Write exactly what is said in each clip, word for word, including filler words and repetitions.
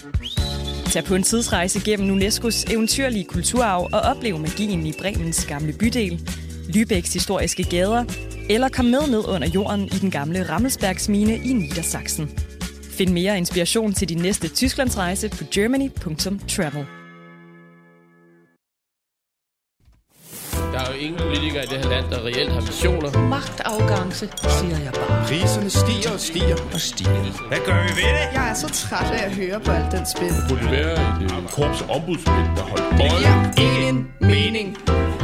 Tag på en tidsrejse gennem UNESCO's eventyrlige kulturarv og oplev magien i Bremens gamle bydel, Lübecks historiske gader, eller kom med ned under jorden i den gamle Rammelsbergsmine i Niedersachsen. Find mere inspiration til din næste Tysklandsrejse på germany punktum travel. Der er jo ingen politikere i det her land, der reelt har visioner. Magtafgangse, siger jeg bare. Priserne stiger og stiger og stiger. Hvad gør vi ved det? Jeg er så træt af at høre på alt den spil. Det burde være et uh, korps ombudsmænd, der holdt Det giver ingen mening.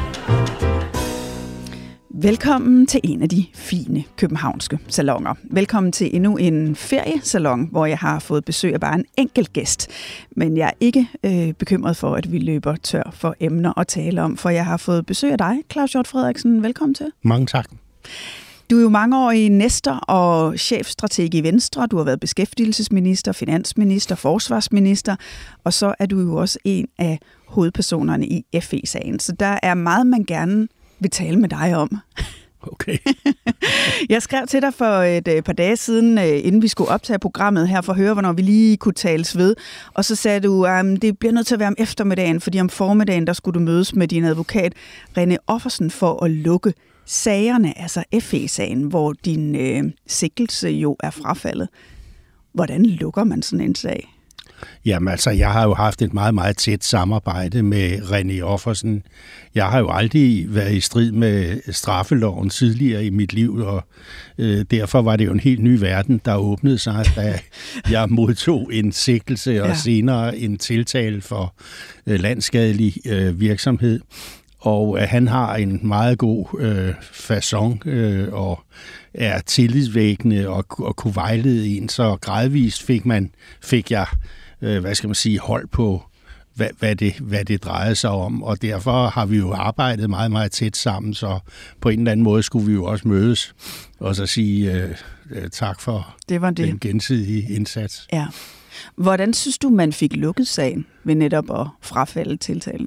Velkommen til en af de fine københavnske salonger. Velkommen til endnu en feriesalon, hvor jeg har fået besøg af bare en enkelt gæst. Men jeg er ikke øh, bekymret for, at vi løber tør for emner at tale om, for jeg har fået besøg af dig, Claus Hjort Frederiksen. Velkommen til. Mange tak. Du er jo mangeårig nestor og chefstrateg i Venstre. Du har været beskæftigelsesminister, finansminister, forsvarsminister, og så er du jo også en af hovedpersonerne i F E-sagen. Så der er meget, man gerne vil tale med dig om. Okay. Jeg skrev til dig for et par dage siden, inden vi skulle optage programmet her, for at høre, hvornår vi lige kunne tales ved. Og så sagde du, at um, det bliver nødt til at være om eftermiddagen, fordi om formiddagen, der skulle du mødes med din advokat, René Offersen, for at lukke sagerne, altså F E-sagen, hvor din øh, sigtelse jo er frafaldet. Hvordan lukker man sådan en sag? Jamen altså, jeg har jo haft et meget, meget tæt samarbejde med René Offersen. Jeg har jo aldrig været i strid med straffeloven tidligere i mit liv, og øh, derfor var det jo en helt ny verden, der åbnede sig, da jeg modtog en sigtelse og ja. senere en tiltale for øh, landsskadelig øh, virksomhed. Og øh, han har en meget god øh, facon øh, og er tillidsvækkende og, og kunne vejlede en, så gradvist fik, man, fik jeg øh, hvad skal man sige, hold på, hvad, hvad, det, hvad det drejede sig om. Og derfor har vi jo arbejdet meget, meget tæt sammen, så på en eller anden måde skulle vi jo også mødes og så sige øh, øh, tak for det var det. Den gensidige indsats. Ja. Hvordan synes du, man fik lukket sagen ved netop at frafalde tiltalen?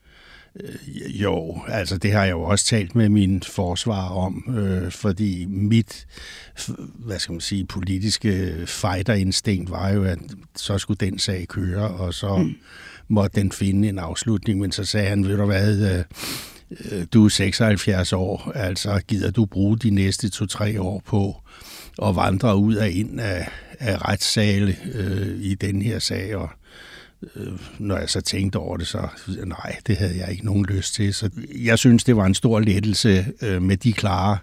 Jo, altså det har jeg jo også talt med min forsvar om, øh, fordi mit, hvad skal man sige, politiske figterinstinkt var jo, at så skulle den sag køre, og så mm. måtte den finde en afslutning, men så sagde han, ved du hvad, øh, du er seksoghalvfjerds år, altså gider du bruge de næste to-tre år på at vandre ud og ind af, af retssale øh, i den her sag, og når jeg så tænkte over det, så nej, det havde jeg ikke nogen lyst til. Så jeg synes, det var en stor lettelse øh, med de klare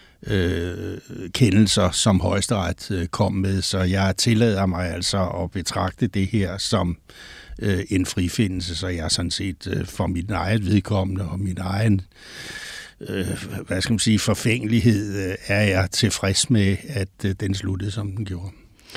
øh, kendelser, som Højesteret øh, kom med. Så jeg tillader mig altså at betragte det her som øh, en frifindelse, så jeg sådan set øh, for mit eget vedkommende og min egen øh, hvad skal man sige, forfængelighed øh, er jeg tilfreds med, at øh, den sluttede, som den gjorde.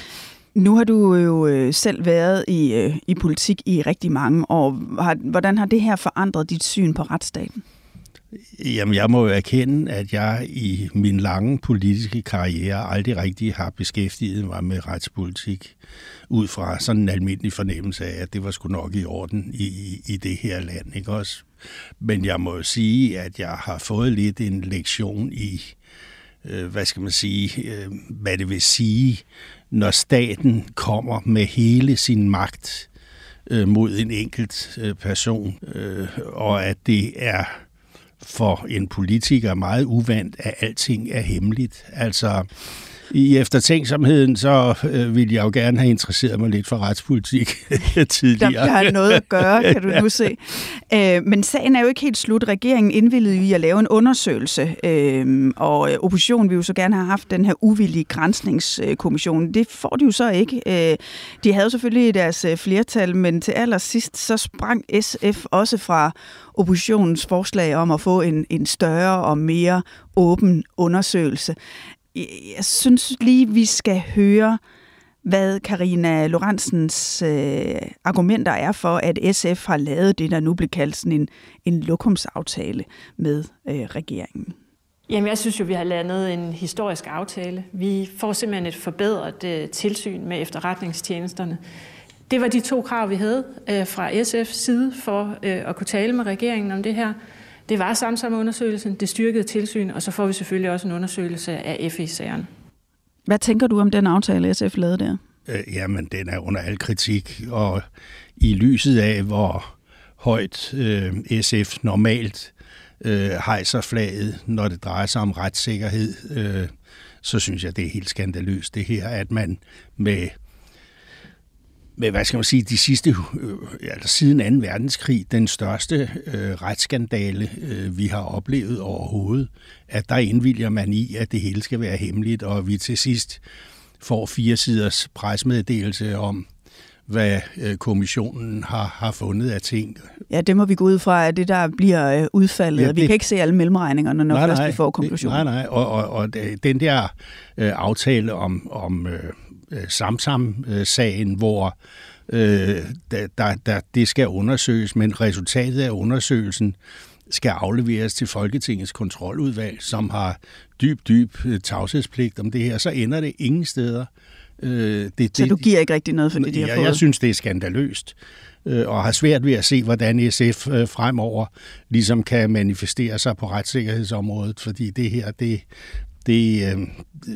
Nu har du jo selv været i, i politik i rigtig mange år. Hvordan har det her forandret dit syn på retsstaten? Jamen, jeg må jo erkende, at jeg i min lange politiske karriere aldrig rigtig har beskæftiget mig med retspolitik ud fra sådan en almindelig fornemmelse af, at det var sgu nok i orden i, i det her land, ikke også? Men jeg må jo sige, at jeg har fået lidt en lektion i, øh, hvad skal man sige, øh, hvad det vil sige, når staten kommer med hele sin magt øh, mod en enkelt øh, person, øh, og at det er for en politiker meget uvandt, at alting er hemmeligt. Altså, i eftertænksomheden, så øh, ville jeg jo gerne have interesseret mig lidt for retspolitik tidligere. Der har noget at gøre, kan du nu se. Øh, men sagen er jo ikke helt slut. Regeringen indvilligede i at lave en undersøgelse, øh, og oppositionen vil jo så gerne have haft den her uvillige granskningskommission. Det får de jo så ikke. Øh, de havde selvfølgelig deres flertal, men til allersidst så sprang S F også fra oppositionens forslag om at få en, en større og mere åben undersøgelse. Jeg synes lige, vi skal høre, hvad Karina Lorentzens øh, argumenter er for, at S F har lavet det, der nu bliver kaldt sådan en, en lokumsaftale med øh, regeringen. Jamen, jeg synes jo, vi har landet en historisk aftale. Vi får simpelthen et forbedret øh, tilsyn med efterretningstjenesterne. Det var de to krav, vi havde øh, fra S F's side for øh, at kunne tale med regeringen om det her. Det var Samsam-undersøgelsen, det styrkede tilsyn, og så får vi selvfølgelig også en undersøgelse af F E-sagerne. Hvad tænker du om den aftale, S F lavede der? Øh, jamen, den er under al kritik, og i lyset af, hvor højt øh, S F normalt øh, hejser flaget, når det drejer sig om retssikkerhed, øh, så synes jeg, det er helt skandaløst det her, at man med, med hvad skal man sige, de sidste, øh, altså siden anden verdenskrig, den største øh, retsskandale, øh, vi har oplevet overhovedet, at der indvilger man i, at det hele skal være hemmeligt, og vi til sidst får fire siders presmeddelelse om, hvad øh, kommissionen har, har fundet af ting. Ja, det må vi gå ud fra, at det der bliver øh, udfaldet. Ja, det, vi kan ikke se alle mellemregningerne, når nej, først nej, vi får konklusionen. Nej, nej, og, og, og den der øh, aftale om, om øh, Samsam-sagen, hvor øh, der, der, det skal undersøges, men resultatet af undersøgelsen skal afleveres til Folketingets kontroludvalg, som har dyb, dyb tavshedspligt om det her, så ender det ingen steder. Øh, det, så du giver ikke rigtig noget for det, de har ja, fået? Jeg synes, det er skandaløst, øh, og har svært ved at se, hvordan S F øh, fremover ligesom kan manifestere sig på retssikkerhedsområdet, fordi det her, det... det øh,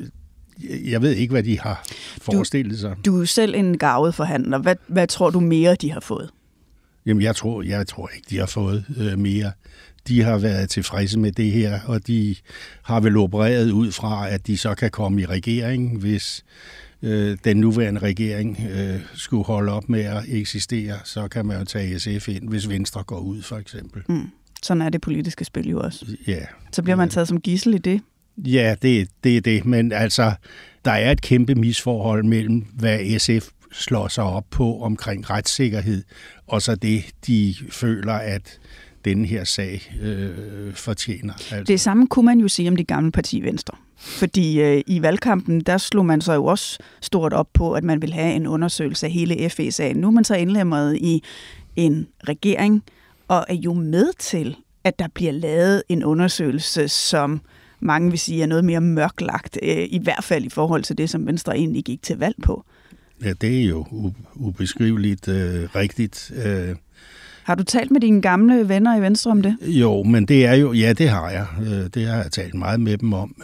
jeg ved ikke, hvad de har forestillet sig. Du, du er selv en garvet forhandler. Hvad, hvad tror du mere, de har fået? Jamen, jeg tror, jeg tror ikke, de har fået øh, mere. De har været tilfredse med det her, og de har vel opereret ud fra, at de så kan komme i regering, hvis øh, den nuværende regering øh, skulle holde op med at eksistere, så kan man jo tage S F ind, hvis Venstre går ud, for eksempel. Mm. Sådan er det politiske spil jo også. Ja. Så bliver man taget som gidsel i det? Ja, det, det er det, men altså, der er et kæmpe misforhold mellem, hvad S F slår sig op på omkring retssikkerhed, og så det, de føler, at denne her sag øh, fortjener. Altså. Det samme kunne man jo sige om de gamle parti Venstre. Fordi øh, i valgkampen, der slog man så jo også stort op på, at man vil have en undersøgelse af hele F E-sagen. Nu er man så indlemmet i en regering, og er jo med til, at der bliver lavet en undersøgelse, som mange vil sige er noget mere mørklagt, øh, i hvert fald i forhold til det, som Venstre egentlig gik til valg på. Ja, det er jo ubeskriveligt øh, rigtigt. Øh. Har du talt med dine gamle venner i Venstre om det? Jo, men det er jo, ja, det har jeg. Det har jeg talt meget med dem om.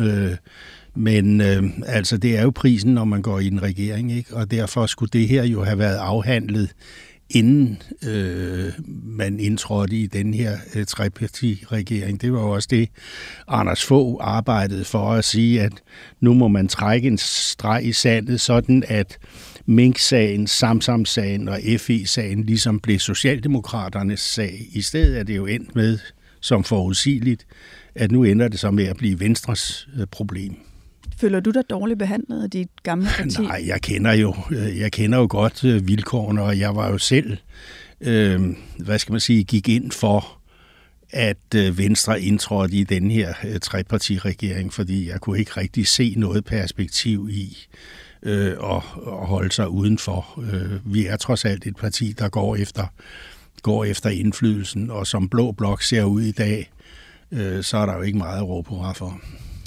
Men altså, det er jo prisen, når man går i en regering, ikke? Og derfor skulle det her jo have været afhandlet, inden øh, man indtrådte i den her øh, treparti-regering. Det var jo også det, Anders Fogh arbejdede for at sige, at nu må man trække en streg i sandet, sådan at Mink-sagen, Samsam-sagen og F E-sagen ligesom blev Socialdemokraternes sag. I stedet er det jo endt med, som forudsigeligt, at nu ender det så med at blive Venstres øh, problem. Føler du dig dårligt behandlet af dit gamle parti? Nej, jeg kender jo, jeg kender jo godt øh, vilkårene, og jeg var jo selv, øh, hvad skal man sige, gik ind for, at øh, Venstre indtrådte i den her øh, trepartiregering, fordi jeg kunne ikke rigtig se noget perspektiv i øh, at, at holde sig udenfor. Øh, vi er trods alt et parti, der går efter, går efter indflydelsen, og som Blå Blok ser ud i dag, øh, så er der jo ikke meget at råbe hurra for.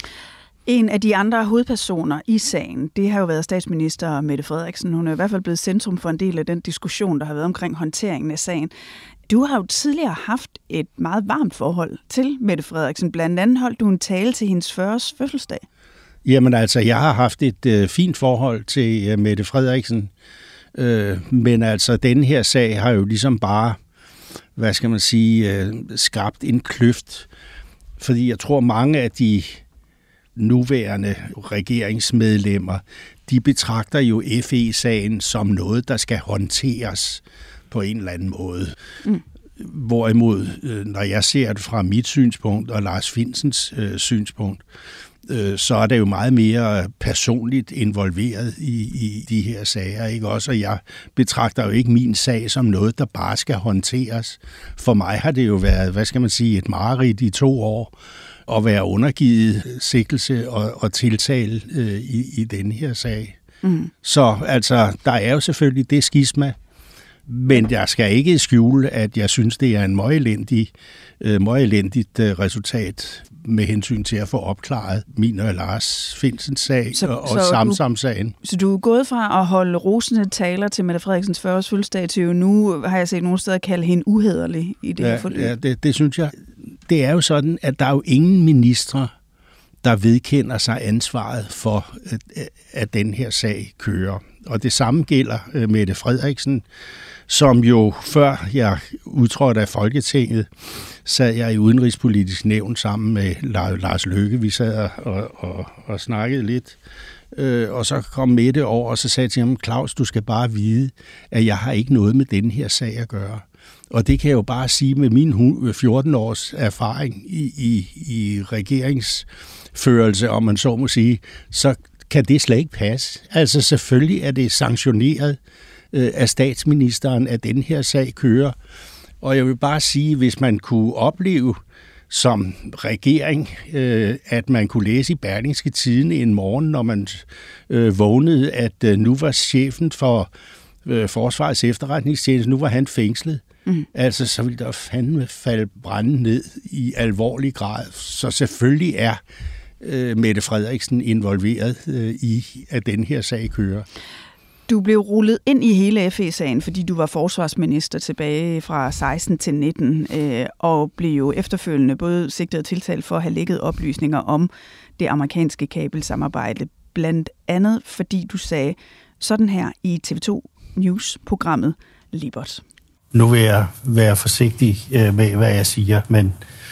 En af de andre hovedpersoner i sagen, det har jo været statsminister Mette Frederiksen. Hun er i hvert fald blevet centrum for en del af den diskussion, der har været omkring håndteringen af sagen. Du har jo tidligere haft et meget varmt forhold til Mette Frederiksen. Blandt andet holdt du en tale til hendes fyrres fødselsdag. Jamen altså, jeg har haft et øh, fint forhold til øh, Mette Frederiksen. Øh, men altså, den her sag har jo ligesom bare, hvad skal man sige, øh, skabt en kløft. Fordi jeg tror, mange af de nuværende regeringsmedlemmer, de betragter jo F E-sagen som noget, der skal håndteres på en eller anden måde. Mm. Hvorimod, når jeg ser det fra mit synspunkt og Lars Findsens øh, synspunkt, øh, så er det jo meget mere personligt involveret i, i de her sager, ikke også? Og jeg betragter jo ikke min sag som noget, der bare skal håndteres. For mig har det jo været, hvad skal man sige, et mareridt i to år, at være undergivet sigtelse og, og tiltale øh, i, i den her sag. Mm. Så altså, der er jo selvfølgelig det skisma, men jeg skal ikke skjule, at jeg synes, det er en møgelendig, øh, møgelendigt øh, resultat med hensyn til at få opklaret min og Lars Findsens sag så, og, og Samsam-sagen. Så du er gået fra at holde rosende taler til Mette Frederiksens fyrres fødselsdag til nu har jeg set nogle steder kalde hende uhederlig i det ja, her forløb. Ja, det, det synes jeg. Det er jo sådan, at der er jo ingen ministre, der vedkender sig ansvaret for, at, at den her sag kører. og det samme gælder øh, Mette Frederiksen, som jo før jeg udtrådte af Folketinget, sad jeg i Udenrigspolitisk Nævn sammen med Lars Løkke. Vi sad og, og, og snakkede lidt. Øh, og så kom Mette over, og så sagde jeg til ham, Claus, du skal bare vide, at jeg har ikke noget med den her sag at gøre. Og det kan jeg jo bare sige med min fjorten års erfaring i, i, i regeringsførelse, om man så må sige, så kan det slet ikke passe. Altså selvfølgelig er det sanktioneret øh, af statsministeren, at den her sag kører. Og jeg vil bare sige, hvis man kunne opleve som regering, øh, at man kunne læse i Berlingske Tidende en morgen, når man øh, vågnede, at øh, nu var chefen for øh, Forsvarets efterretningstjeneste, nu var han fængslet. Mm. Altså, så ville der fandme falde brænde ned i alvorlig grad. Så selvfølgelig er øh, Mette Frederiksen involveret øh, i, at den her sag kører. Du blev rullet ind i hele F E-sagen, fordi du var forsvarsminister tilbage fra seksten til nitten, øh, og blev jo efterfølgende både sigtet og tiltalt for at have lækket oplysninger om det amerikanske kabelsamarbejde. Blandt andet, fordi du sagde sådan her i T V to News-programmet Libert. Nu vil jeg være forsigtig med, hvad jeg siger, men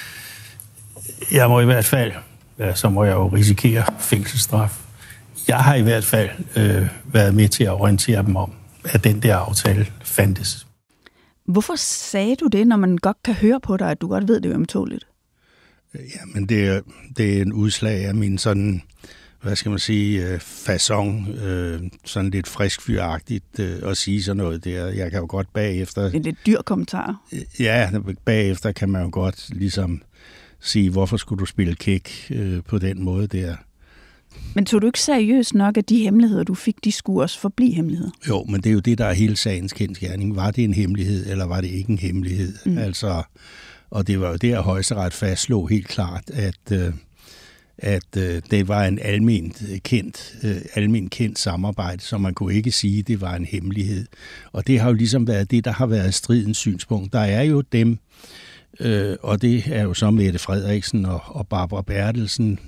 jeg må i hvert fald, ja, så må jeg jo risikere fængselsstraf. Jeg har i hvert fald øh, været med til at orientere dem om, at den der aftale fandtes. Hvorfor sagde du det, når man godt kan høre på dig, at du godt ved det ømtåligt? Jamen, det er, det er en udslag af min sådan, hvad skal man sige, facon, øh, sådan lidt friskfyragtigt øh, at sige sådan noget der. Jeg kan jo godt bagefter... En lidt dyr kommentar. Ja, bagefter kan man jo godt ligesom sige, hvorfor skulle du spille kæk øh, på den måde der. Men tog du ikke seriøst nok, at de hemmeligheder, du fik, de skulle også forblive hemmeligheder? Jo, men det er jo det, der er hele sagens kendsgerning. Var det en hemmelighed, eller var det ikke en hemmelighed? Mm. Altså, og det var jo det, at Højesteret fastslog helt klart, at, øh, at øh, det var en alment kendt, øh, alment kendt samarbejde, så man kunne ikke sige, at det var en hemmelighed. Og det har jo ligesom været det, der har været stridens synspunkt. Der er jo dem, øh, og det er jo så Mette Frederiksen og, og Barbara Bertelsen,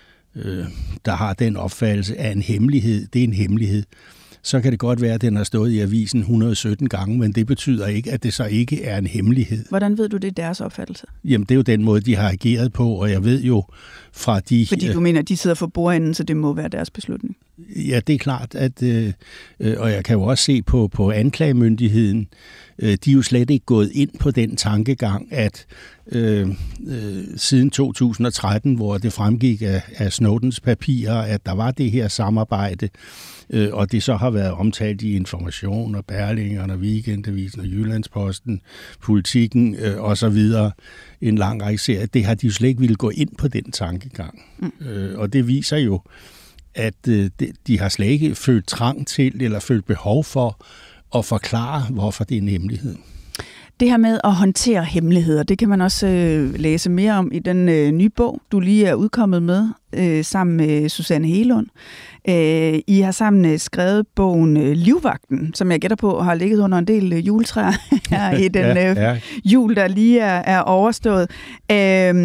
der har den opfattelse af en hemmelighed. Det er en hemmelighed. Så kan det godt være, at den har stået i avisen et hundrede og sytten gange, men det betyder ikke, at det så ikke er en hemmelighed. Hvordan ved du, det er deres opfattelse? Jamen, det er jo den måde, de har ageret på, og jeg ved jo fra de... Fordi du mener, at de sidder for bordenden, så det må være deres beslutning? Ja, det er klart, at, øh, og jeg kan jo også se på, på anklagemyndigheden, øh, de er jo slet ikke gået ind på den tankegang, at øh, øh, siden to tusind og tretten, hvor det fremgik af, af Snowdens papirer, at der var det her samarbejde, øh, og det så har været omtalt i Information og Berlingeren og Weekendavisen og Jyllandsposten, Politikken øh, og så videre, en lang række serier, det har de jo slet ikke ville gå ind på den tankegang. Mm. Øh, og det viser jo, at øh, de har slet ikke følt trang til eller følt behov for at forklare, hvorfor det er en hemmelighed. Det her med at håndtere hemmeligheder, det kan man også øh, læse mere om i den øh, nye bog, du lige er udkommet med, øh, sammen med Susanne Helund. Øh, I har sammen øh, skrevet bogen øh, Livvagten, som jeg gætter på har ligget under en del øh, juletræer her i den øh, ja, ja. jul, der lige er, er overstået. Øh,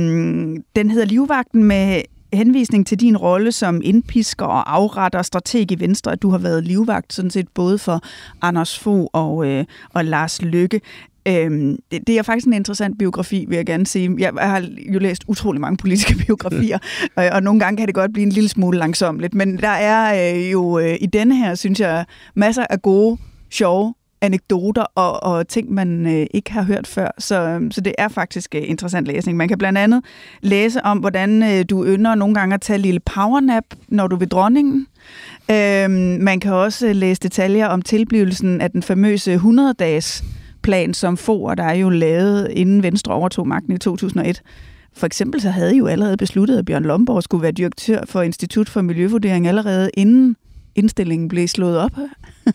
den hedder Livvagten med henvisning til din rolle som indpisker og afretter strateg i Venstre, at du har været livvagt sådan set både for Anders Fogh og, øh, og Lars Løkke. Øhm, det, det er faktisk en interessant biografi, vil jeg gerne sige. Jeg har jo læst utrolig mange politiske biografier, og, og nogle gange kan det godt blive en lille smule langsomligt, men der er øh, jo øh, i denne her, synes jeg, masser af gode, sjove anekdoter og, og ting, man øh, ikke har hørt før. Så, så det er faktisk øh, interessant læsning. Man kan blandt andet læse om, hvordan øh, du ynder nogle gange at tage en lille powernap, når du er ved dronningen. Øh, man kan også læse detaljer om tilblivelsen af den famøse hundrede-dages plan, som Fogh, der er jo lavet, inden Venstre overtog magten i to tusind og et. For eksempel så havde I jo allerede besluttet, at Bjørn Lomborg skulle være direktør for Institut for Miljøvurdering allerede inden indstillingen blev slået op. øhm,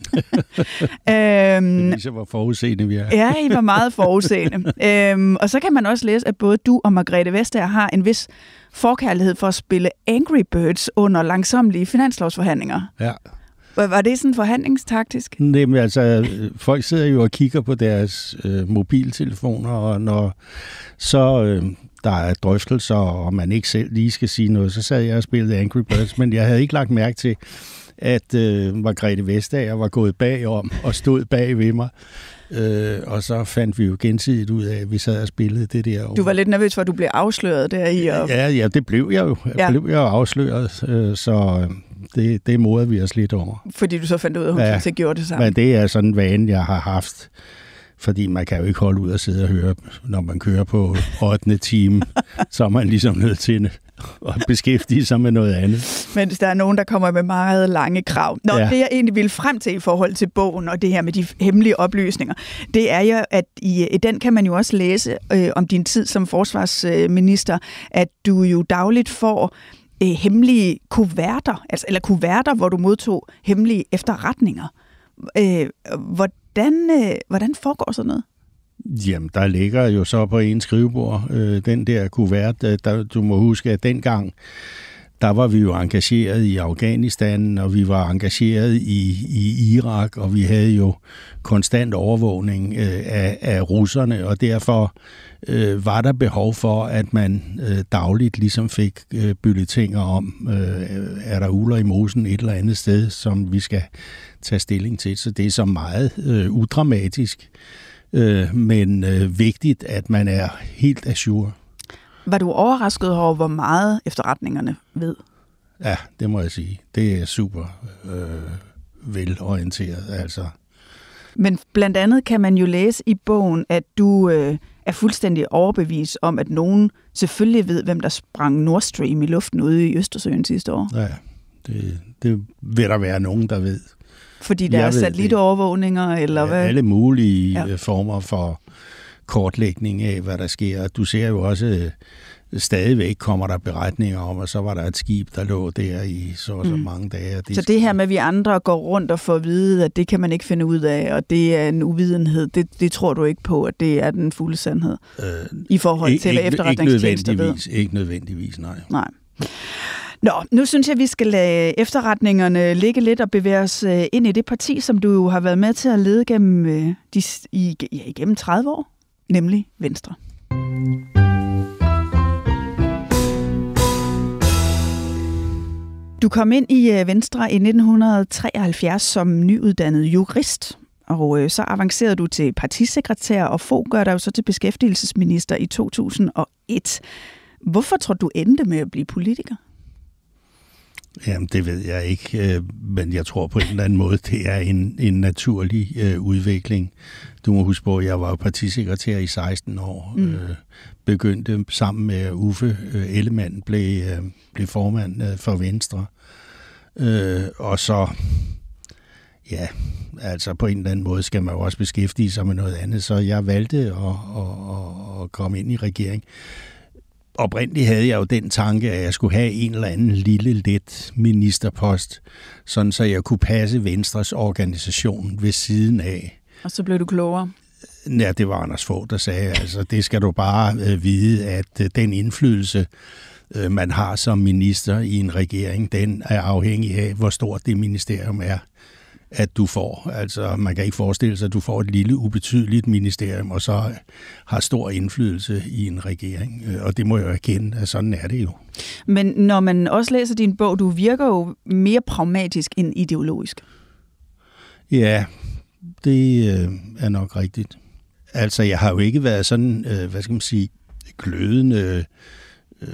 det viser, hvor forudseende vi er. Ja, I var meget forudseende. øhm, og så kan man også læse, at både du og Margrethe Vestager har en vis forkærlighed for at spille Angry Birds under langsommelige finanslovsforhandlinger. Ja. Var det sådan forhandlingstaktisk? Nej, men altså, folk sidder jo og kigger på deres øh, mobiltelefoner, og når så øh, der er drøftelser, og man ikke selv lige skal sige noget, så sad jeg og spillede Angry Birds, men jeg havde ikke lagt mærke til, at øh, Margrethe Vestager var gået bagom og stod bag ved mig. Øh, og så fandt vi jo gensidigt ud af, at vi sad og spillede det der. Du var lidt nervøs for, at du blev afsløret der i? Og... Ja, ja, det blev jeg jo. Jeg ja. blev jeg afsløret, øh, så det, det modede vi os lidt over. Fordi du så fandt ud af, at hun ja, så gjorde det samme? Men det er sådan en vane, jeg har haft. Fordi man kan jo ikke holde ud og sidde og høre, når man kører på ottende time, så er man ligesom nødt til at beskæftige sig med noget andet. Mens der er nogen, der kommer med meget lange krav. Nå, ja. Det jeg egentlig ville frem til i forhold til bogen og det her med de hemmelige oplysninger, det er jo, at i, i den kan man jo også læse øh, om din tid som forsvarsminister, at du jo dagligt får øh, hemmelige kuverter, altså, eller kuverter, hvor du modtog hemmelige efterretninger. Øh, hvordan, øh, hvordan foregår sådan noget? Jamen, der ligger jo så på en skrivebord øh, den der kuvert. Der, du må huske, at dengang, der var vi jo engageret i Afghanistan, og vi var engageret i, i Irak, og vi havde jo konstant overvågning øh, af, af russerne, og derfor øh, var der behov for, at man øh, dagligt ligesom fik øh, bylletinger om, øh, er der uler i mosen et eller andet sted, som vi skal tage stilling til. Så det er så meget øh, udramatisk, øh, men øh, vigtigt, at man er helt ajour. Var du overrasket over, hvor meget efterretningerne ved? Ja, det må jeg sige. Det er super øh, velorienteret, altså. Men blandt andet kan man jo læse i bogen, at du øh, er fuldstændig overbevist om, at nogen selvfølgelig ved, hvem der sprang Nord Stream i luften ude i Østersøen sidste år. Ja, det, det vil der være nogen, der ved. Fordi der jeg er satellitovervågninger, eller ja, hvad? Alle mulige ja. former for kortlægning af, hvad der sker. Du ser jo også, øh, stadigvæk kommer der beretninger om, og så var der et skib, der lå der i så og så mm. mange dage. Det så det her med, at vi andre går rundt og får at vide, at det kan man ikke finde ud af, og det er en uvidenhed, det, det tror du ikke på, at det er den fulde sandhed øh, i forhold til, hvad efterretningstjenester ved? Ikke nødvendigvis, nej. Nej. Nå, nu synes jeg, at vi skal lade efterretningerne ligge lidt og bevæge os ind i det parti, som du jo har været med til at lede gennem, de, i, ja, igennem tredive år, nemlig Venstre. Du kom ind i Venstre i nitten treoghalvfjerds som nyuddannet jurist, og så avancerede du til partisekretær, og Fogh gør dig jo så til beskæftigelsesminister i to tusind og et. Hvorfor tror du endte med at blive politiker? Jamen, det ved jeg ikke, men jeg tror på en eller anden måde, det er en, en naturlig øh, udvikling. Du må huske på, at jeg var partisekretær i seksten år. Mm. Øh, begyndte sammen med Uffe øh, Ellemann, blev, øh, blev formand øh, for Venstre. Øh, og så, ja, altså på en eller anden måde skal man jo også beskæftige sig med noget andet. Så jeg valgte at, at, at komme ind i regering. Oprindeligt havde jeg jo den tanke, at jeg skulle have en eller anden lille, let ministerpost, sådan så jeg kunne passe Venstres organisation ved siden af. Og så blev du klogere? Ja, det var Anders Fogh, der sagde, altså det skal du bare øh, vide, at øh, den indflydelse, øh, man har som minister i en regering, den er afhængig af, hvor stort det ministerium er, at du får. Altså, man kan ikke forestille sig, at du får et lille, ubetydeligt ministerium, og så har stor indflydelse i en regering. Og det må jeg jo erkende, at sådan er det jo. Men når man også læser din bog, du virker jo mere pragmatisk end ideologisk. Ja, det øh, er nok rigtigt. Altså, jeg har jo ikke været sådan, øh, hvad skal man sige, glødende øh,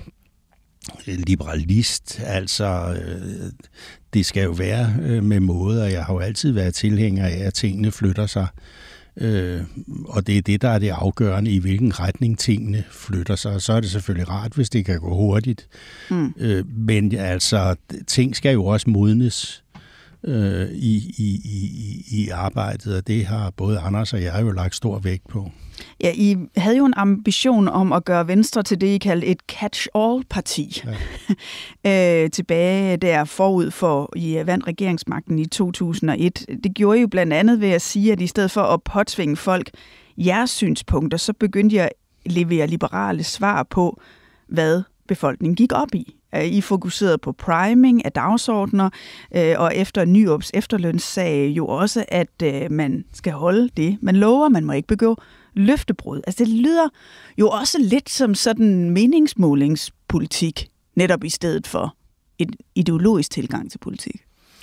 liberalist. Altså, øh, det skal jo være øh, med måde, og jeg har jo altid været tilhænger af, at tingene flytter sig. Øh, og det er det, der er det afgørende, i hvilken retning tingene flytter sig. Så er det selvfølgelig rart, hvis det kan gå hurtigt. Mm. Øh, men altså, ting skal jo også modnes øh, i, i, i, i arbejdet, og det har både Anders og jeg jo lagt stor vægt på. Ja, I havde jo en ambition om at gøre Venstre til det, I kaldte et catch-all-parti. Ja. øh, tilbage der forud for, I vandt regeringsmagten i to tusind og et. Det gjorde I jo blandt andet ved at sige, at i stedet for at påtvinge folk jeres synspunkter, så begyndte jeg at levere liberale svar på, hvad befolkningen gik op i. I fokuserede på priming af dagsordner, og efter Nyrups efterlønssag jo også, at man skal holde det, man lover, man må ikke begå løftebrud. Altså det lyder jo også lidt som sådan meningsmålingspolitik, netop i stedet for en ideologisk tilgang til politik.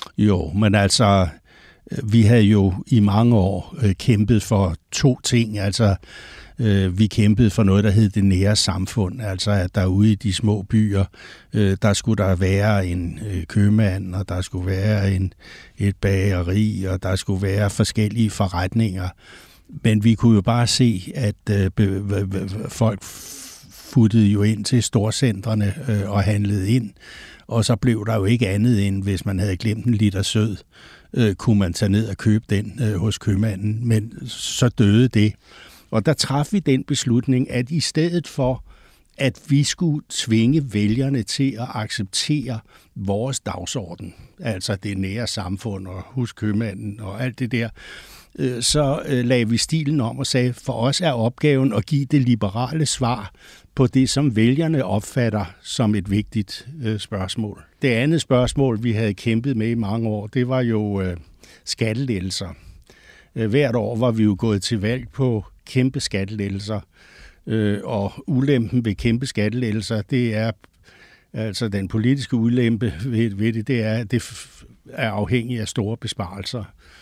Jo, men altså, vi havde jo i mange år øh, kæmpet for to ting. Altså, øh, vi kæmpede for noget, der hed det nære samfund. Altså, at derude i de små byer, øh, der skulle der være en øh, købmand, og der skulle være en, et bageri, og der skulle være forskellige forretninger. Men vi kunne jo bare se, at øh, be, be, folk futtede jo ind til storcentrene øh, og handlede ind. Og så blev der jo ikke andet end, hvis man havde glemt en liter sød, øh, kunne man tage ned og købe den øh, hos købmanden. Men så døde det. Og der traf vi den beslutning, at i stedet for, at vi skulle tvinge vælgerne til at acceptere vores dagsorden, altså det nære samfund og hos købmanden og alt det der, øh, så øh, lagde vi stilen om og sagde, for os er opgaven at give det liberale svar på det, som vælgerne opfatter som et vigtigt øh, spørgsmål. Det andet spørgsmål, vi havde kæmpet med i mange år, det var jo øh, skattelettelser. Øh, hvert år var vi jo gået til valg på kæmpe skattelettelser, øh, og ulempen ved kæmpe skattelettelser, det er altså den politiske ulempe ved, ved det, det er, at det er afhængigt af store besparelser.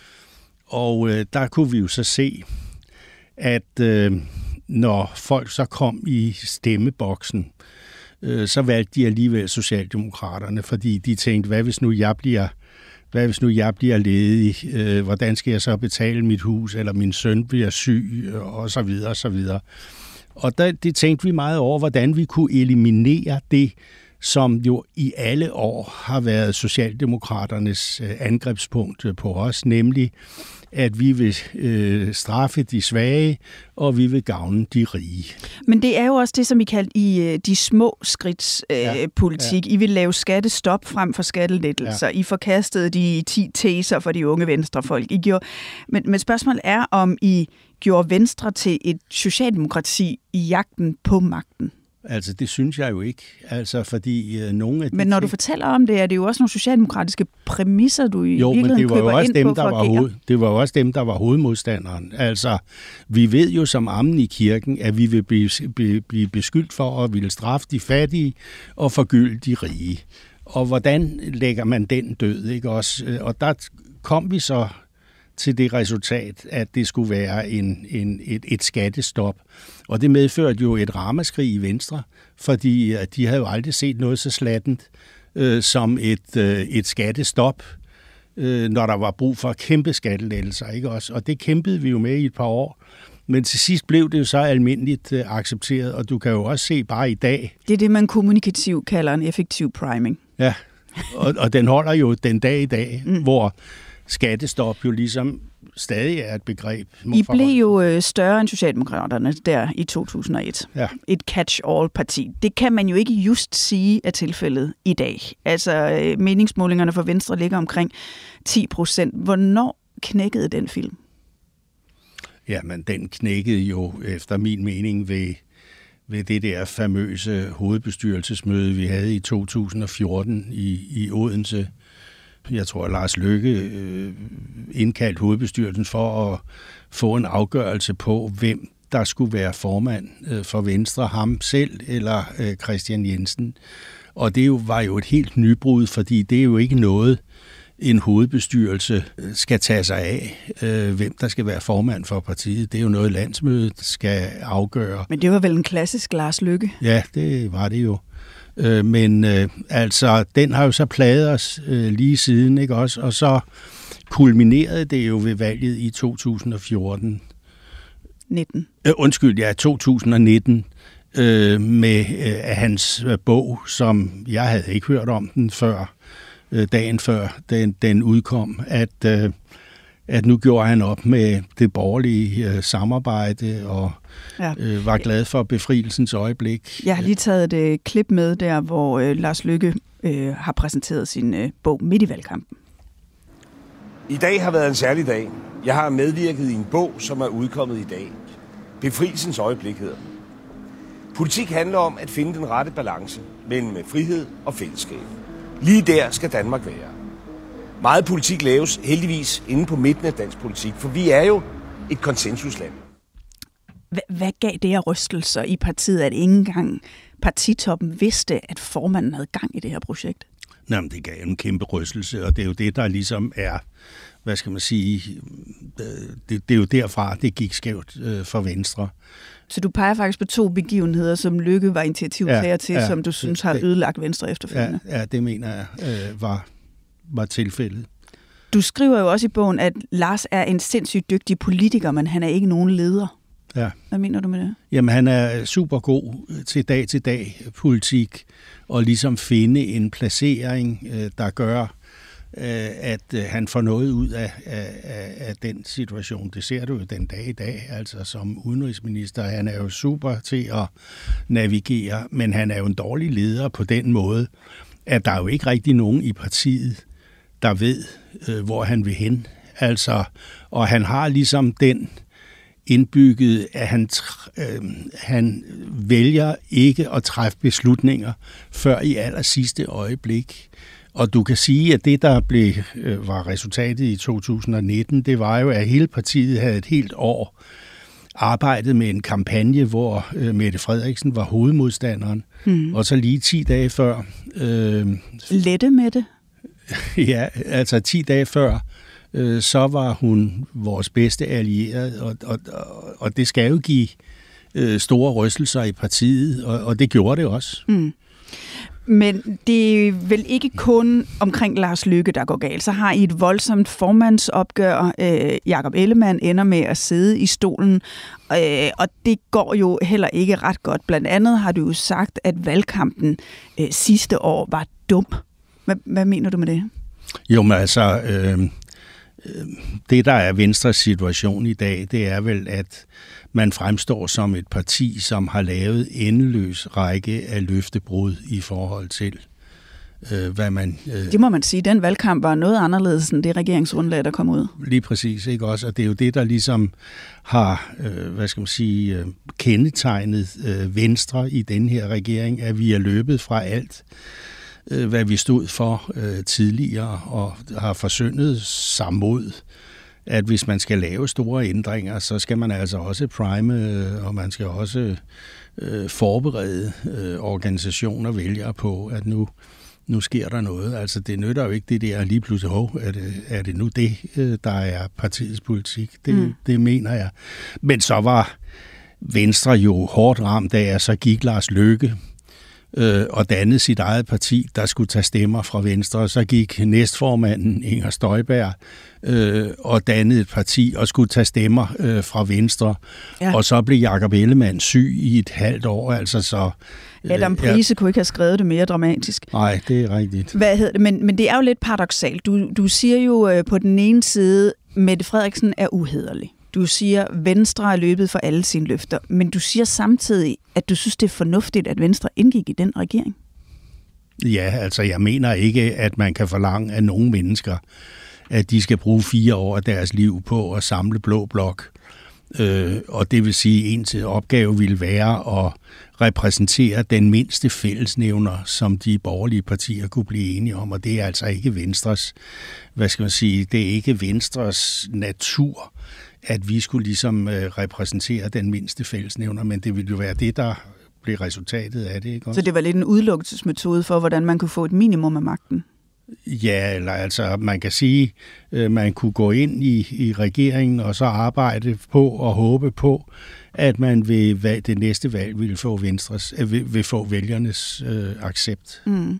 Og øh, der kunne vi jo så se, at øh, når folk så kom i stemmeboksen, øh, så valgte de alligevel Socialdemokraterne, fordi de tænkte, hvad hvis nu jeg bliver, hvad hvis nu jeg bliver ledig? Øh, hvordan skal jeg så betale mit hus, eller min søn bliver syg, og så videre, og så videre. Og der, det tænkte vi meget over, hvordan vi kunne eliminere det, som jo i alle år har været Socialdemokraternes angrebspunkt på os, nemlig at vi vil øh, straffe de svage, og vi vil gavne de rige. Men det er jo også det, som I kaldte i øh, de små skridts øh, ja, politik. Ja. I vil lave skattestop frem for skattelettelser. Ja. I forkastede de ti teser for de unge venstrefolk. I gjorde, men, men spørgsmålet er, om I gjorde Venstre til et socialdemokrati i jagten på magten. Altså, det synes jeg jo ikke. Altså, fordi øh, nogle af de Men når ting... du fortæller om det, er det jo også nogle socialdemokratiske præmisser, du i jo, virkeligheden men det var køber jo også ind dem, på der for var at hoved, Det var jo også dem, der var hovedmodstanderen. Altså, vi ved jo som ammen i kirken, at vi vil blive, blive beskyldt for at ville straffe de fattige og forgylde de rige. Og hvordan lægger man den død, ikke også? Og der kom vi så til det resultat, at det skulle være en, en, et, et skattestop. Og det medførte jo et ramaskrig i Venstre, fordi de havde jo aldrig set noget så slattent øh, som et, øh, et skattestop, øh, når der var brug for kæmpe skattelettelser, ikke også? Og det kæmpede vi jo med i et par år. Men til sidst blev det jo så almindeligt øh, accepteret, og du kan jo også se bare i dag. Det er det, man kommunikativt kalder en effektiv priming. Ja, og, og den holder jo den dag i dag, mm. hvor skattestop jo ligesom stadig er et begreb. I blev jo større end Socialdemokraterne der i to tusind og et. Ja. Et catch-all-parti. Det kan man jo ikke just sige er tilfældet i dag. Altså, meningsmålingerne for Venstre ligger omkring ti procent. Hvornår knækkede den film? Jamen, den knækkede jo efter min mening ved, ved det der famøse hovedbestyrelsesmøde, vi havde i to tusind og fjorten i, i Odense. Jeg tror, at Lars Løkke øh, indkaldte hovedbestyrelsen for at få en afgørelse på, hvem der skulle være formand øh, for Venstre, ham selv eller øh, Christian Jensen. Og det jo, var jo et helt nybrud, fordi det er jo ikke noget, en hovedbestyrelse skal tage sig af, øh, hvem der skal være formand for partiet. Det er jo noget, landsmødet skal afgøre. Men det var vel en klassisk Lars Løkke? Ja, det var det jo. Men øh, altså, den har jo så plaget os øh, lige siden, ikke også? Og så kulminerede det jo ved valget i to tusind og fjorten. nitten. Øh, undskyld, ja, to tusind og nitten, øh, med øh, hans bog, som jeg havde ikke hørt om den før, øh, dagen før den, den udkom, at, øh, at nu gjorde han op med det borgerlige øh, samarbejde og ja. øh, var glad for befrielsens øjeblik. Jeg har lige taget et øh, klip med der, hvor øh, Lars Løkke øh, har præsenteret sin øh, bog midt i valgkampen. I dag har været en særlig dag. Jeg har medvirket i en bog, som er udkommet i dag. Befrielsens øjeblik hedder den. Politik handler om at finde den rette balance mellem frihed og fællesskab. Lige der skal Danmark være. Meget politik laves heldigvis inde på midten af dansk politik, for vi er jo et konsensusland. Hvad gav det her rystelser i partiet, at ikke engang partitoppen vidste, at formanden havde gang i det her projekt? Jamen, det gav en kæmpe rystelse, og det er jo det, der ligesom er, hvad skal man sige, det, det er jo derfra, det gik skævt øh, for Venstre. Så du peger faktisk på to begivenheder, som Løkke var initiativtager ja, til, ja, som du synes har ødelagt Venstre efterfølgende. Ja, ja det mener jeg øh, var, var tilfældet. Du skriver jo også i bogen, at Lars er en sindssygt dygtig politiker, men han er ikke nogen leder. Ja. Hvad mener du med det? Jamen, han er super god til dag-til-dag politik, og ligesom finde en placering, der gør, at han får noget ud af, af, af den situation. Det ser du jo den dag i dag, altså som udenrigsminister. Han er jo super til at navigere, men han er jo en dårlig leder på den måde, at der er jo ikke rigtig nogen i partiet, der ved, hvor han vil hen. Altså, og han har ligesom den indbygget, at han, øh, han vælger ikke at træffe beslutninger før i aller sidste øjeblik. Og du kan sige, at det, der blev, øh, var resultatet i to tusind og nitten, det var jo, at hele partiet havde et helt år arbejdet med en kampagne, hvor øh, Mette Frederiksen var hovedmodstanderen. Hmm. Og så lige ti dage før... Øh, Lette Mette? Ja, altså ti dage før, øh, så var hun vores bedste allierede, og, og, og det skal jo give øh, store rystelser i partiet, og, og det gjorde det også. Mm. Men det er vel ikke kun omkring Lars Løkke, der går galt. Så har I et voldsomt formandsopgør. Øh, Jakob Ellemann ender med at sidde i stolen, øh, og det går jo heller ikke ret godt. Blandt andet har du jo sagt, at valgkampen øh, sidste år var dum. Hvad, hvad mener du med det? Jo, men altså, øh, det der er Venstres situation i dag, det er vel, at man fremstår som et parti, som har lavet endeløs række af løftebrud i forhold til, øh, hvad man... Øh, det må man sige, den valgkamp var noget anderledes end det regeringsgrundlag, der kom ud. Lige præcis, ikke også? Og det er jo det, der ligesom har, øh, hvad skal man sige, øh, kendetegnet øh, Venstre i den her regering, at vi er løbet fra alt, hvad vi stod for øh, tidligere, og har forsyndet sig mod, at hvis man skal lave store ændringer, så skal man altså også prime, øh, og man skal også øh, forberede øh, organisationer og vælgere på, at nu, nu sker der noget. Altså det nytter jo ikke det der lige pludselig, hov, er det, er det nu det, øh, der er partiets politik? Det, mm. det mener jeg. Men så var Venstre jo hårdt ramt af, at så gik Lars Løkke og dannede sit eget parti, der skulle tage stemmer fra Venstre. Og så gik næstformanden Inger Støjberg øh, og dannede et parti og skulle tage stemmer øh, fra Venstre. Ja. Og så blev Jakob Ellemann syg i et halvt år. Altså så, øh, Adam Prise ja. kunne ikke have skrevet det mere dramatisk. Nej, det er rigtigt. Hvad hedder det? Men, men det er jo lidt paradoksalt. Du, du siger jo øh, på den ene side, Mette Frederiksen er uhederlig. Du siger, at Venstre er løbet for alle sine løfter, men du siger samtidig, at du synes, det er fornuftigt, at Venstre indgik i den regering. Ja, altså jeg mener ikke, at man kan forlange af nogle mennesker, at de skal bruge fire år af deres liv på at samle blå blok. Øh, og det vil sige, at ens opgave vil være at repræsentere den mindste fællesnævner, som de borgerlige partier kunne blive enige om. Og det er altså ikke Venstres, hvad skal man sige, det er ikke Venstres natur, at vi skulle ligesom øh, repræsentere den mindste fællesnævner, men det ville jo være det, der blev resultatet af det, ikke også? Så det var lidt en udelukkelsesmetode for, hvordan man kunne få et minimum af magten? Ja, eller altså, man kan sige, øh, man kunne gå ind i, i regeringen og så arbejde på og håbe på, at man ved det næste valg ville få Venstres, øh, vil, vil få vælgernes øh, accept. Mm.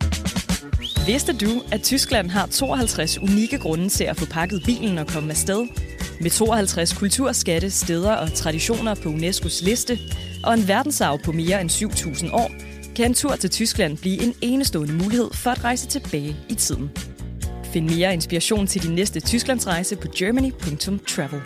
Vidste du, at Tyskland har tooghalvtreds unikke grunde til at få pakket bilen og komme afsted? Med tooghalvtreds kulturskatte, steder og traditioner på UNESCOs liste og en verdensarv på mere end syv tusind år, kan en tur til Tyskland blive en enestående mulighed for at rejse tilbage i tiden. Find mere inspiration til din næste Tysklandsrejse på germany punktum travel.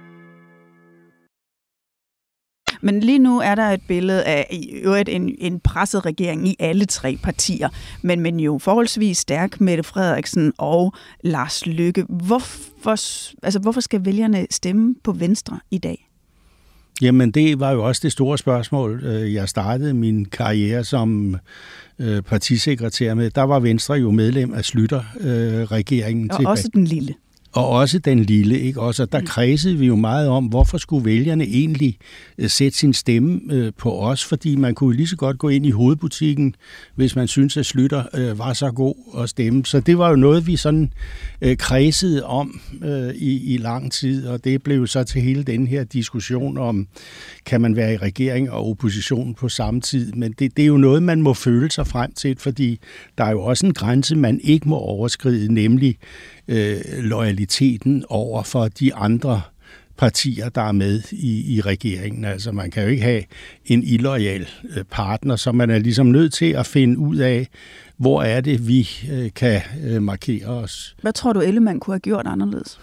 Men lige nu er der et billede af i øvrigt en, en presset regering i alle tre partier, men, men jo forholdsvis stærk Mette Frederiksen og Lars Løkke. Hvorfor, altså, hvorfor skal vælgerne stemme på Venstre i dag? Jamen, det var jo også det store spørgsmål. Jeg startede min karriere som partisekretær med. Der var Venstre jo medlem af Schlüter-regeringen. Og tilbage. Også den lille. og også den lille, ikke? Også, der kredsede vi jo meget om, hvorfor skulle vælgerne egentlig øh, sætte sin stemme øh, på os, fordi man kunne lige så godt gå ind i hovedbutikken, hvis man synes at Schlüter øh, var så god at stemme. Så det var jo noget, vi sådan øh, kredsede om øh, i, i lang tid, og det blev så til hele den her diskussion om, kan man være i regering og opposition på samme tid, men det, det er jo noget, man må føle sig frem til, fordi der er jo også en grænse, man ikke må overskride, nemlig øh, loyaliteten over for de andre partier, der er med i, i regeringen. Altså man kan jo ikke have en illoyal øh, partner, så man er ligesom nødt til at finde ud af, hvor er det, vi øh, kan øh, markere os. Hvad tror du, Ellemann kunne have gjort anderledes?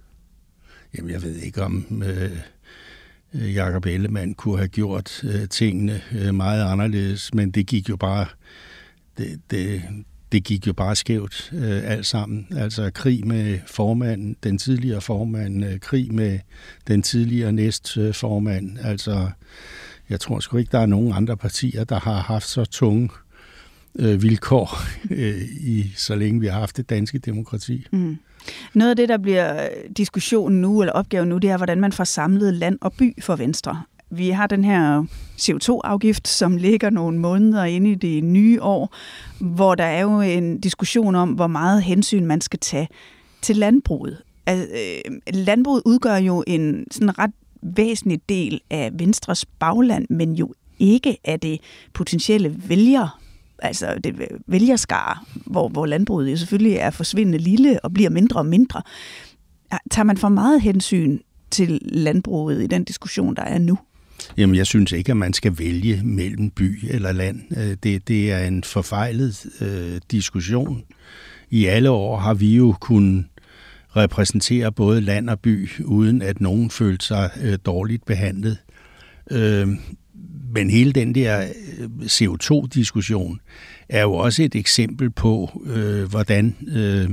Jamen jeg ved ikke om øh, Jakob Ellemann kunne have gjort øh, tingene øh, meget anderledes, men det gik jo bare det, det, det gik jo bare skævt øh, alt sammen. Altså krig med formanden, den tidligere formand, øh, krig med den tidligere næstformand. Altså jeg tror sgu ikke, der er nogen andre partier, der har haft så tunge øh, vilkår øh, i så længe vi har haft det danske demokrati. Mm. Noget af det, der bliver diskussionen nu, eller opgaven nu, det er, hvordan man får samlet land og by for Venstre. Vi har den her C O to afgift, som ligger nogle måneder inde i det nye år, hvor der er jo en diskussion om, hvor meget hensyn man skal tage til landbruget. Altså, øh, landbruget udgør jo en sådan ret væsentlig del af Venstres bagland, men jo ikke af det potentielle vælgere. Altså det vælgerskare, hvor, hvor landbruget jo selvfølgelig er forsvindende lille og bliver mindre og mindre. Tager man for meget hensyn til landbruget i den diskussion, der er nu? Jamen, jeg synes ikke, at man skal vælge mellem by eller land. Det, det er en forfejlet øh, diskussion. I alle år har vi jo kunnet repræsentere både land og by, uden at nogen følte sig øh, dårligt behandlet. Øh, Men hele den der C O to diskussion er jo også et eksempel på, øh, hvordan øh,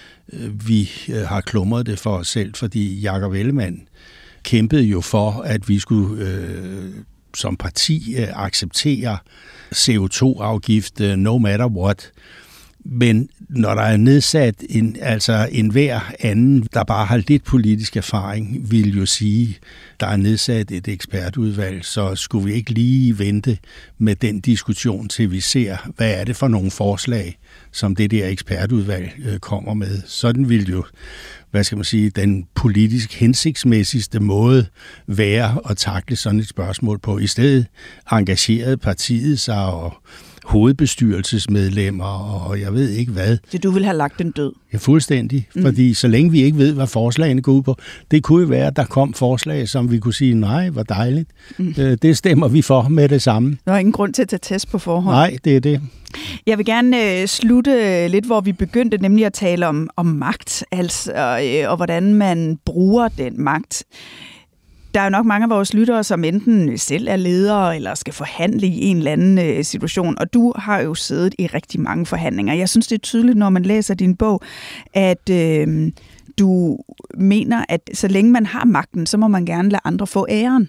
vi har klumret det for os selv, fordi Jakob Ellemann kæmpede jo for, at vi skulle øh, som parti øh, acceptere C O to afgift øh, no matter what. Men når der er nedsat en, altså en hver anden, der bare har lidt politisk erfaring, vil jo sige, der er nedsat et ekspertudvalg, så skulle vi ikke lige vente med den diskussion, til vi ser, hvad er det for nogle forslag, som det der ekspertudvalg øh, kommer med. Sådan vil jo, hvad skal man sige, den politisk hensigtsmæssigste måde være at takle sådan et spørgsmål på. I stedet engagerede partiet sig og hovedbestyrelsesmedlemmer, og jeg ved ikke hvad. Så du vil have lagt den død? Ja, fuldstændig. Mm. Fordi så længe vi ikke ved, hvad forslagene går ud på, det kunne jo være, at der kom forslag, som vi kunne sige, nej, hvor dejligt. Mm. Det stemmer vi for med det samme. Der er ingen grund til at tage test på forhånd. Nej, det er det. Jeg vil gerne øh, slutte lidt, hvor vi begyndte, nemlig at tale om, om magt, altså, øh, og hvordan man bruger den magt. Der er jo nok mange af vores lyttere, som enten selv er ledere eller skal forhandle i en eller anden øh, situation, og du har jo siddet i rigtig mange forhandlinger. Jeg synes, det er tydeligt, når man læser din bog, at øh, du mener, at så længe man har magten, så må man gerne lade andre få æren.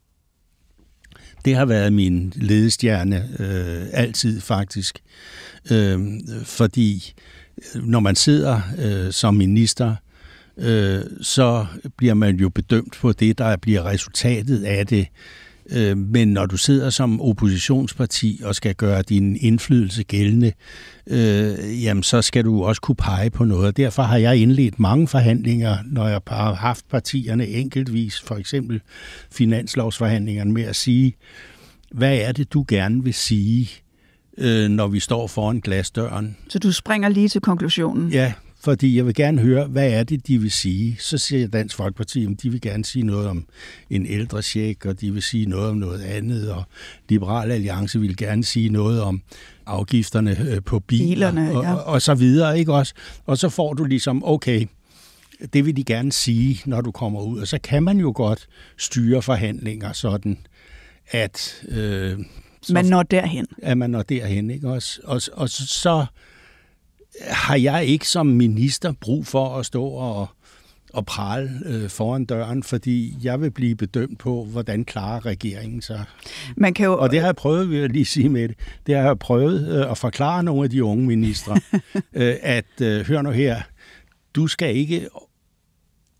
Det har været min ledestjerne øh, altid faktisk, øh, fordi når man sidder øh, som minister, øh, så bliver man jo bedømt på det, der bliver resultatet af det. Øh, men når du sidder som oppositionsparti og skal gøre din indflydelse gældende, øh, jamen så skal du også kunne pege på noget. Derfor har jeg indledt mange forhandlinger, når jeg har haft partierne enkeltvis, for eksempel finanslovsforhandlingerne, med at sige, hvad er det, du gerne vil sige, øh, når vi står foran glasdøren? Så du springer lige til konklusionen? Ja, fordi jeg vil gerne høre, hvad er det, de vil sige. Så siger Dansk Folkeparti, at de vil gerne sige noget om en ældrecheck, og de vil sige noget om noget andet, og Liberal Alliance vil gerne sige noget om afgifterne på biler, bilerne, og, ja. og, og så videre, ikke også? Og så får du ligesom, okay, det vil de gerne sige, når du kommer ud, og så kan man jo godt styre forhandlinger sådan, at øh, så, man når derhen. At man når derhen, ikke også? Og, og så, så har jeg ikke som minister brug for at stå og, og prale øh, foran døren, fordi jeg vil blive bedømt på, hvordan klarer regeringen sig. Man kan jo... Og det har jeg prøvet, vil jeg lige sige med det, det har jeg prøvet øh, at forklare nogle af de unge ministre, øh, at øh, hør nu her, du skal ikke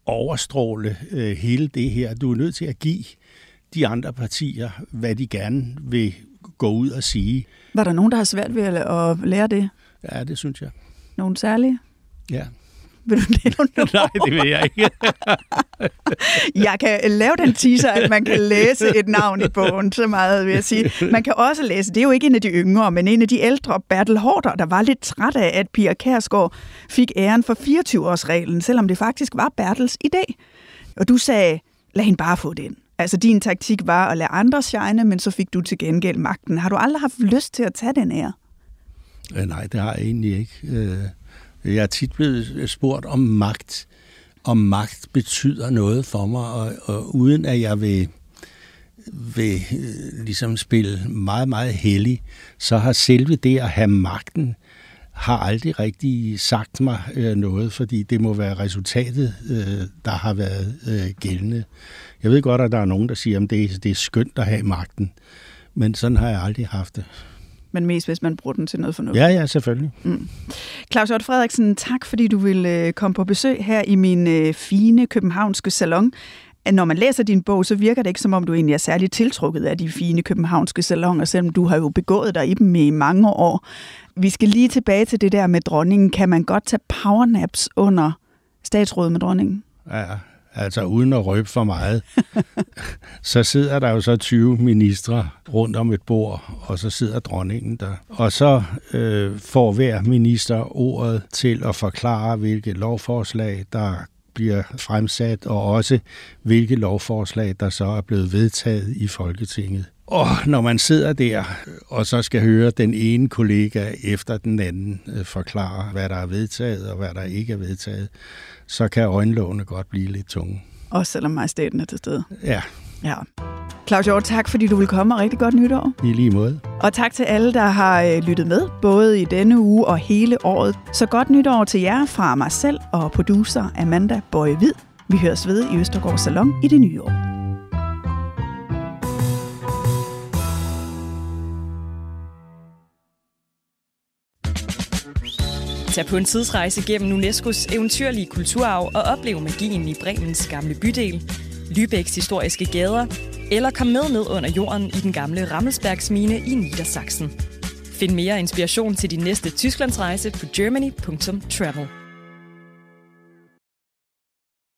overstråle øh, hele det her. Du er nødt til at give de andre partier, hvad de gerne vil gå ud og sige. Var der nogen, der har svært ved at lære det? Ja, det synes jeg. Nogen særlige? Ja. Vil du nævne noget? Nej, det vil jeg ikke. Jeg kan lave den teaser, at man kan læse et navn i bogen, så meget vil jeg sige. Man kan også læse, det er jo ikke en af de yngre, men en af de ældre, Bertel Haarder, der var lidt træt af, at Pia Kjærsgaard fik æren for fireogtyve-årsreglen, selvom det faktisk var Bertels idé. Og du sagde, lad hende bare få den. Altså din taktik var at lade andre shine, men så fik du til gengæld magten. Har du aldrig haft lyst til at tage den ære? Øh, nej, det har jeg egentlig ikke. Øh, jeg er tit blevet spurgt om magt. Om magt betyder noget for mig, og, og uden at jeg vil, vil øh, ligesom spille meget, meget hellig, så har selve det at have magten, har aldrig rigtig sagt mig øh, noget, fordi det må være resultatet, øh, der har været øh, gældende. Jeg ved godt, at der er nogen, der siger, at det, det er skønt at have magten, men sådan har jeg aldrig haft det. Men mest, hvis man bruger den til noget fornuftigt. Ja, ja, selvfølgelig. Mm. Claus Hjort Frederiksen, tak fordi du vil komme på besøg her i min øh, fine københavnske salon. Når man læser din bog, så virker det ikke, som om du egentlig er særligt tiltrukket af de fine københavnske salonger, selvom du har jo begået dig i dem i mange år. Vi skal lige tilbage til det der med dronningen. Kan man godt tage powernaps under statsrådet med dronningen? Ja, altså uden at røbe for meget. Så sidder der jo så tyve ministre rundt om et bord, og så sidder dronningen der. Og så øh, får hver minister ordet til at forklare, hvilke lovforslag, der bliver fremsat, og også hvilke lovforslag, der så er blevet vedtaget i Folketinget. Og når man sidder der, og så skal høre den ene kollega efter den anden forklare, hvad der er vedtaget, og hvad der ikke er vedtaget, så kan øjenlågene godt blive lidt tunge. Også selvom majestæten er til stede. Ja. Ja. Claus Hjort, tak fordi du vil komme, og rigtig godt nytår. I lige måde. Og tak til alle, der har lyttet med, både i denne uge og hele året. Så godt nytår til jer fra mig selv og producer Amanda Bøje Hvid. Vi høres ved i Østergaard Salon i det nye år. Tag på en tidsrejse gennem UNESCOs eventyrlige kulturarv og oplev magien i Bremens gamle bydel, Lübecks historiske gader, eller kom med ned under jorden i den gamle Rammelsbergsmine i Niedersachsen. Find mere inspiration til din næste Tysklandsrejse på germany punktum travel.